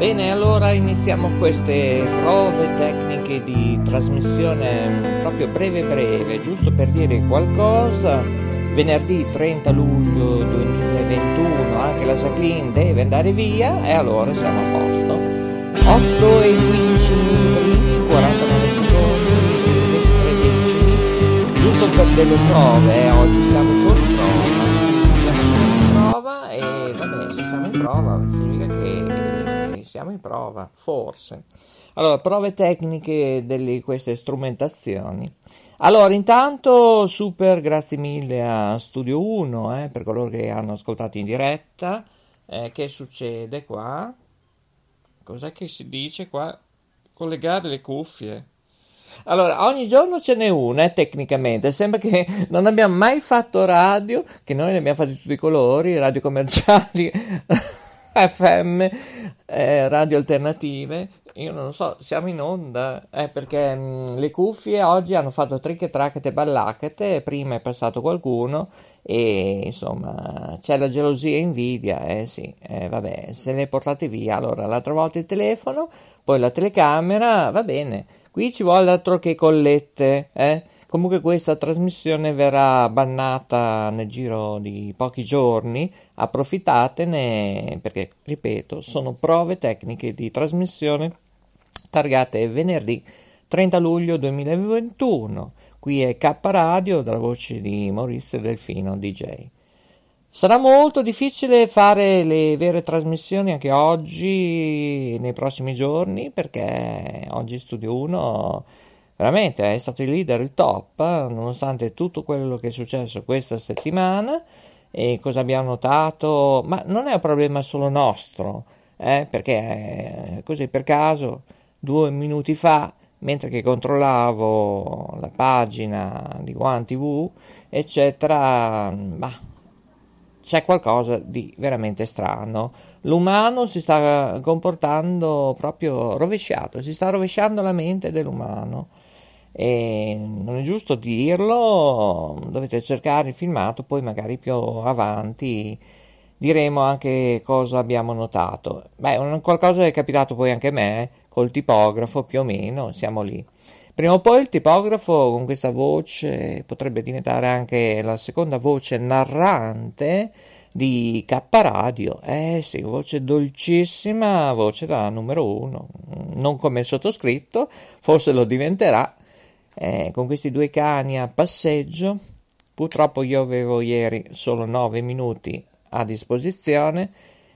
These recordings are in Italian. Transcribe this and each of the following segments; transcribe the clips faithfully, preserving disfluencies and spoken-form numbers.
Bene, allora iniziamo queste prove tecniche di trasmissione proprio breve breve, giusto per dire qualcosa. Venerdì trenta luglio duemilaventuno, anche la Jacqueline deve andare via e allora siamo a posto. otto e quindici minuti primi, quarantanove secondi, ventitré decimi, giusto per delle prove, eh. Oggi siamo solo in prova, siamo solo in prova e vabbè, se siamo in prova significa che siamo in prova, forse. Allora, prove tecniche di queste strumentazioni. Allora, intanto, super grazie mille a Studio uno, eh, per coloro che hanno ascoltato in diretta. Eh, che succede qua? Cos'è che si dice qua? Collegare le cuffie. Allora, ogni giorno ce n'è una, eh, tecnicamente. Sembra che non abbiamo mai fatto radio, che noi ne abbiamo fatti tutti i colori, radio commerciali, F M, eh, radio alternative. Io non lo so, siamo in onda, eh, perché mh, le cuffie oggi hanno fatto tricche, tracchete, ballacchete, prima è passato qualcuno e insomma c'è la gelosia e invidia, eh sì, eh, vabbè, se le portate via. Allora, l'altra volta il telefono, poi la telecamera, va bene, qui ci vuole altro che collette, eh. Comunque questa trasmissione verrà bannata nel giro di pochi giorni, approfittatene perché, ripeto, sono prove tecniche di trasmissione targate venerdì trenta luglio duemilaventuno. Qui è K Radio, dalla voce di Maurizio Delfino, D J. Sarà molto difficile fare le vere trasmissioni anche oggi, nei prossimi giorni, perché oggi Studio uno veramente è stato il leader, il top, eh, nonostante tutto quello che è successo questa settimana. E cosa abbiamo notato? Ma non è un problema solo nostro, eh, perché eh, così per caso due minuti fa, mentre che controllavo la pagina di One T V, eccetera, bah, c'è qualcosa di veramente strano. L'umano si sta comportando proprio rovesciato, si sta rovesciando la mente dell'umano. E non è giusto dirlo, dovete cercare il filmato, poi magari più avanti diremo anche cosa abbiamo notato. Beh, un qualcosa è capitato poi anche a me, col tipografo più o meno, siamo lì. Prima o poi il tipografo con questa voce potrebbe diventare anche la seconda voce narrante di K Radio, eh sì, voce dolcissima, voce da numero uno, non come il sottoscritto, forse lo diventerà. Eh, con questi due cani a passeggio. Purtroppo io avevo ieri solo nove minuti a disposizione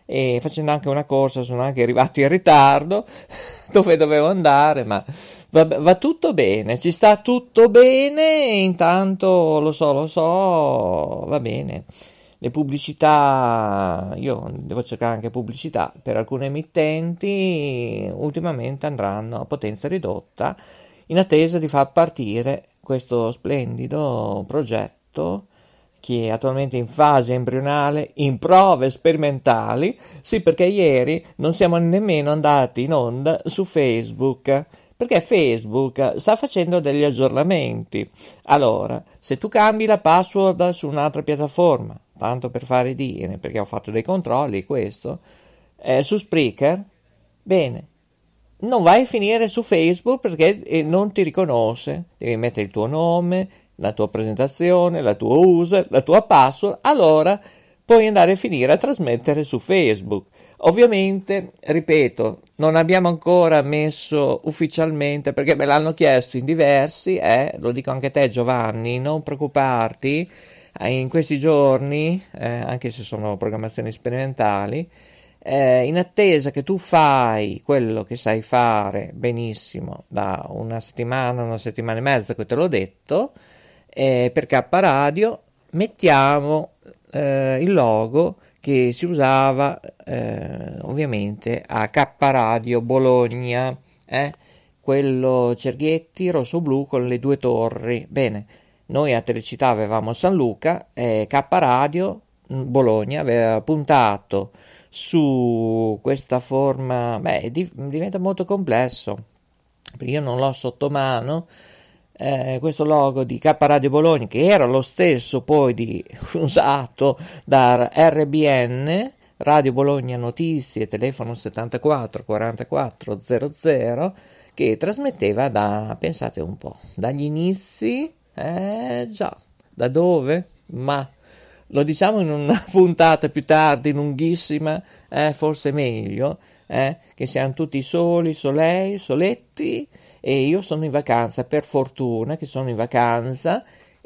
e facendo anche una corsa sono anche arrivato in ritardo dove dovevo andare, ma va, va tutto bene, ci sta tutto bene. E intanto lo so, lo so, va bene. Le pubblicità, io devo cercare anche pubblicità per alcune emittenti, ultimamente andranno a potenza ridotta in attesa di far partire questo splendido progetto che è attualmente in fase embrionale, in prove sperimentali. Sì, perché ieri non siamo nemmeno andati in onda su Facebook, perché Facebook sta facendo degli aggiornamenti. Allora, se tu cambi la password su un'altra piattaforma, tanto per fare dire, perché ho fatto dei controlli, questo, eh, su Spreaker, bene, non vai a finire su Facebook perché non ti riconosce, devi mettere il tuo nome, la tua presentazione, la tua user, la tua password, allora puoi andare a finire a trasmettere su Facebook. Ovviamente, ripeto, non abbiamo ancora messo ufficialmente, perché me l'hanno chiesto in diversi, eh, lo dico anche a te Giovanni, non preoccuparti, eh, in questi giorni, eh, anche se sono programmazioni sperimentali, Eh, in attesa che tu fai quello che sai fare benissimo da una settimana, una settimana e mezza che te l'ho detto, eh, per K Radio mettiamo eh, il logo che si usava eh, ovviamente a K Radio Bologna, eh, quello cerchietti rosso-blu con le due torri. Bene, noi a Telecittà avevamo San Luca e K Radio Bologna aveva puntato su questa forma. Beh, div- diventa molto complesso, io non l'ho sotto mano, eh, questo logo di K Radio Bologna, che era lo stesso poi di, usato da R B N, Radio Bologna Notizie, telefono settantaquattro quarantaquattro zero zero, che trasmetteva da, pensate un po', dagli inizi, eh già, da dove? Ma lo diciamo in una puntata più tardi, lunghissima, eh, forse meglio, eh, che siamo tutti soli, solei, soletti, e io sono in vacanza, per fortuna che sono in vacanza,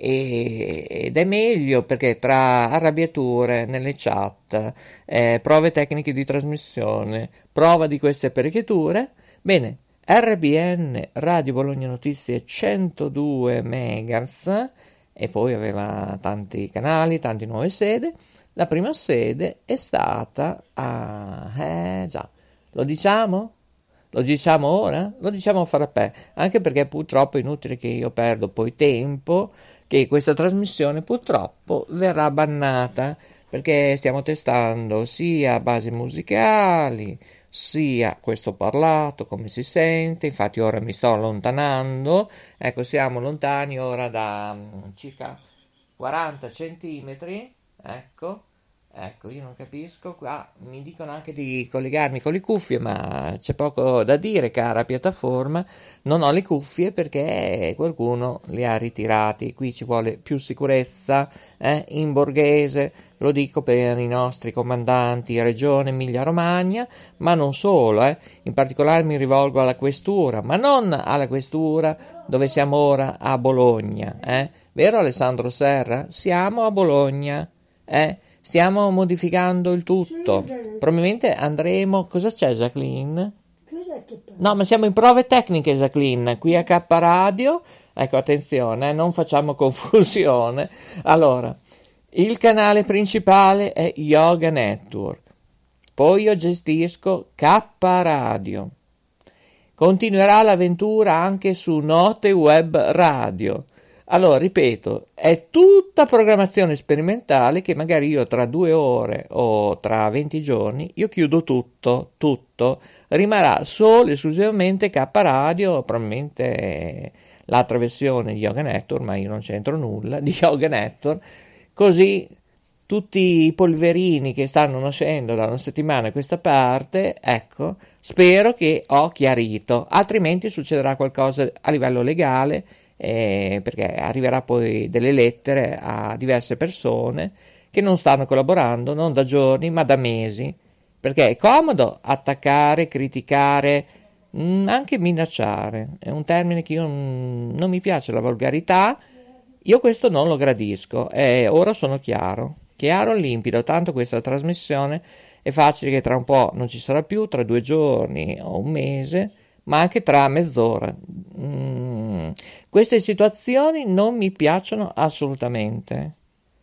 e, ed è meglio perché tra arrabbiature nelle chat, eh, prove tecniche di trasmissione, prova di queste apparecchiature, bene, R B N, Radio Bologna Notizie centodue megahertz, e poi aveva tanti canali, tante nuove sedi. La prima sede è stata a... eh già, lo diciamo? Lo diciamo ora? Lo diciamo a frappè, anche perché purtroppo è inutile che io perdo poi tempo, che questa trasmissione purtroppo verrà bannata, perché stiamo testando sia basi musicali, sia questo parlato, come si sente. Infatti ora mi sto allontanando, ecco, siamo lontani ora da um, circa quaranta centimetri, ecco, ecco, io non capisco, qua mi dicono anche di collegarmi con le cuffie, ma c'è poco da dire, cara piattaforma, non ho le cuffie perché qualcuno le ha ritirati, qui ci vuole più sicurezza, eh, in borghese, lo dico per i nostri comandanti Regione Emilia-Romagna, ma non solo, eh, in particolare mi rivolgo alla questura, ma non alla questura dove siamo ora, a Bologna, eh, vero Alessandro Serra? Siamo a Bologna, eh, stiamo modificando il tutto. Probabilmente andremo... Cosa c'è, Jacqueline? No, ma siamo in prove tecniche, Jacqueline, qui a K Radio. Ecco, attenzione, eh, non facciamo confusione. Allora, il canale principale è Yoga Network. Poi io gestisco K Radio. Continuerà l'avventura anche su Note Web Radio. Allora, ripeto, è tutta programmazione sperimentale che magari io tra due ore o tra venti giorni io chiudo tutto, tutto. Rimarrà solo e esclusivamente K Radio, probabilmente l'altra versione di Yoga Network, ma io non c'entro nulla, di Yoga Network. Così tutti i polverini che stanno nascendo da una settimana a questa parte, ecco, spero che ho chiarito, altrimenti succederà qualcosa a livello legale, Eh, perché arriverà poi delle lettere a diverse persone che non stanno collaborando non da giorni ma da mesi, perché è comodo attaccare, criticare, mh, anche minacciare, è un termine che io mh, non mi piace, la volgarità, io questo non lo gradisco, e ora sono chiaro, chiaro e limpido, tanto questa trasmissione è facile che tra un po' non ci sarà più, tra due giorni o un mese, ma anche tra mezz'ora. Mm. Queste situazioni non mi piacciono assolutamente.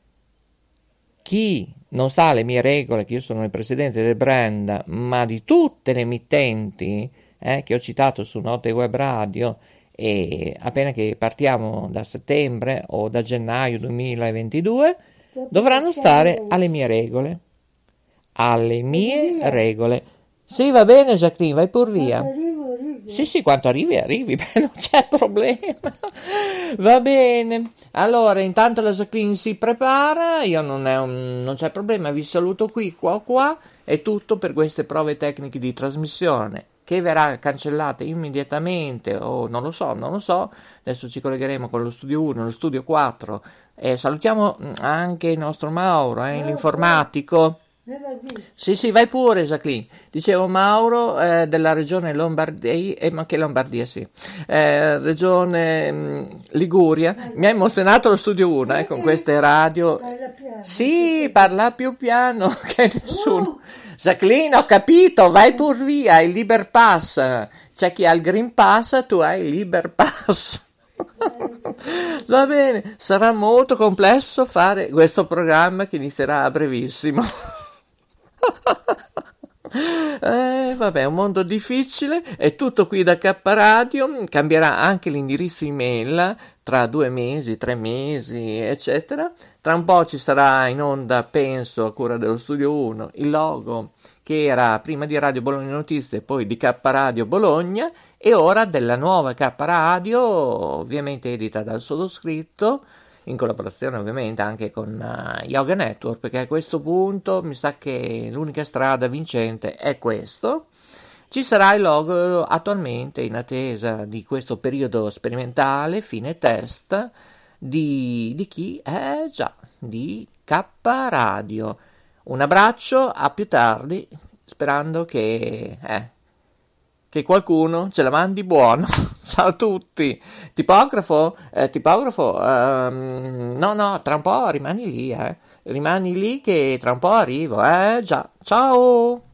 Chi non sa le mie regole, che io sono il presidente del brand, ma di tutte le emittenti eh, che ho citato su Note Web Radio, e appena che partiamo da settembre o da gennaio duemilaventidù, dovranno stare alle mie regole. Alle mie regole. Sì, va bene, Jacqueline, vai pur via. Sì, sì, quanto arrivi, arrivi, beh, non c'è problema. Va bene. Allora, intanto la Jacqueline si prepara, io non, è un, non c'è problema, vi saluto qui, qua, qua, è tutto per queste prove tecniche di trasmissione, che verrà cancellata immediatamente, o non lo so, non lo so, adesso ci collegheremo con lo studio uno, lo studio quattro, e salutiamo anche il nostro Mauro, eh, l'informatico. Sì, sì, vai pure, Jacqueline. Dicevo Mauro, eh, della regione Lombardia, eh, ma che Lombardia, sì, eh, regione mh, Liguria. Mi ha emozionato lo studio uno, eh, con queste radio. Sì, parla più piano che nessuno. Jacqueline, ho capito, vai pur via, il Liber Pass. C'è chi ha il Green Pass, tu hai il Liber Pass. Va bene, sarà molto complesso fare questo programma che inizierà a brevissimo. Eh, vabbè, è un mondo difficile, è tutto qui da K Radio, cambierà anche l'indirizzo email tra due mesi, tre mesi, eccetera. Tra un po' ci sarà in onda, penso, a cura dello Studio uno, il logo che era prima di Radio Bologna Notizie, poi di K Radio Bologna, e ora della nuova K Radio, ovviamente edita dal sottoscritto, in collaborazione ovviamente anche con uh, Yoga Network, perché a questo punto mi sa che l'unica strada vincente è questo. Ci sarà il logo attualmente in attesa di questo periodo sperimentale, fine test, di, di chi? Eh già, di K Radio. Un abbraccio, a più tardi, sperando che, eh, che qualcuno ce la mandi buono. Ciao a tutti. Tipografo? Eh, tipografo? Um, no, no, tra un po' rimani lì, eh. Rimani lì che tra un po' arrivo, eh già. Ciao!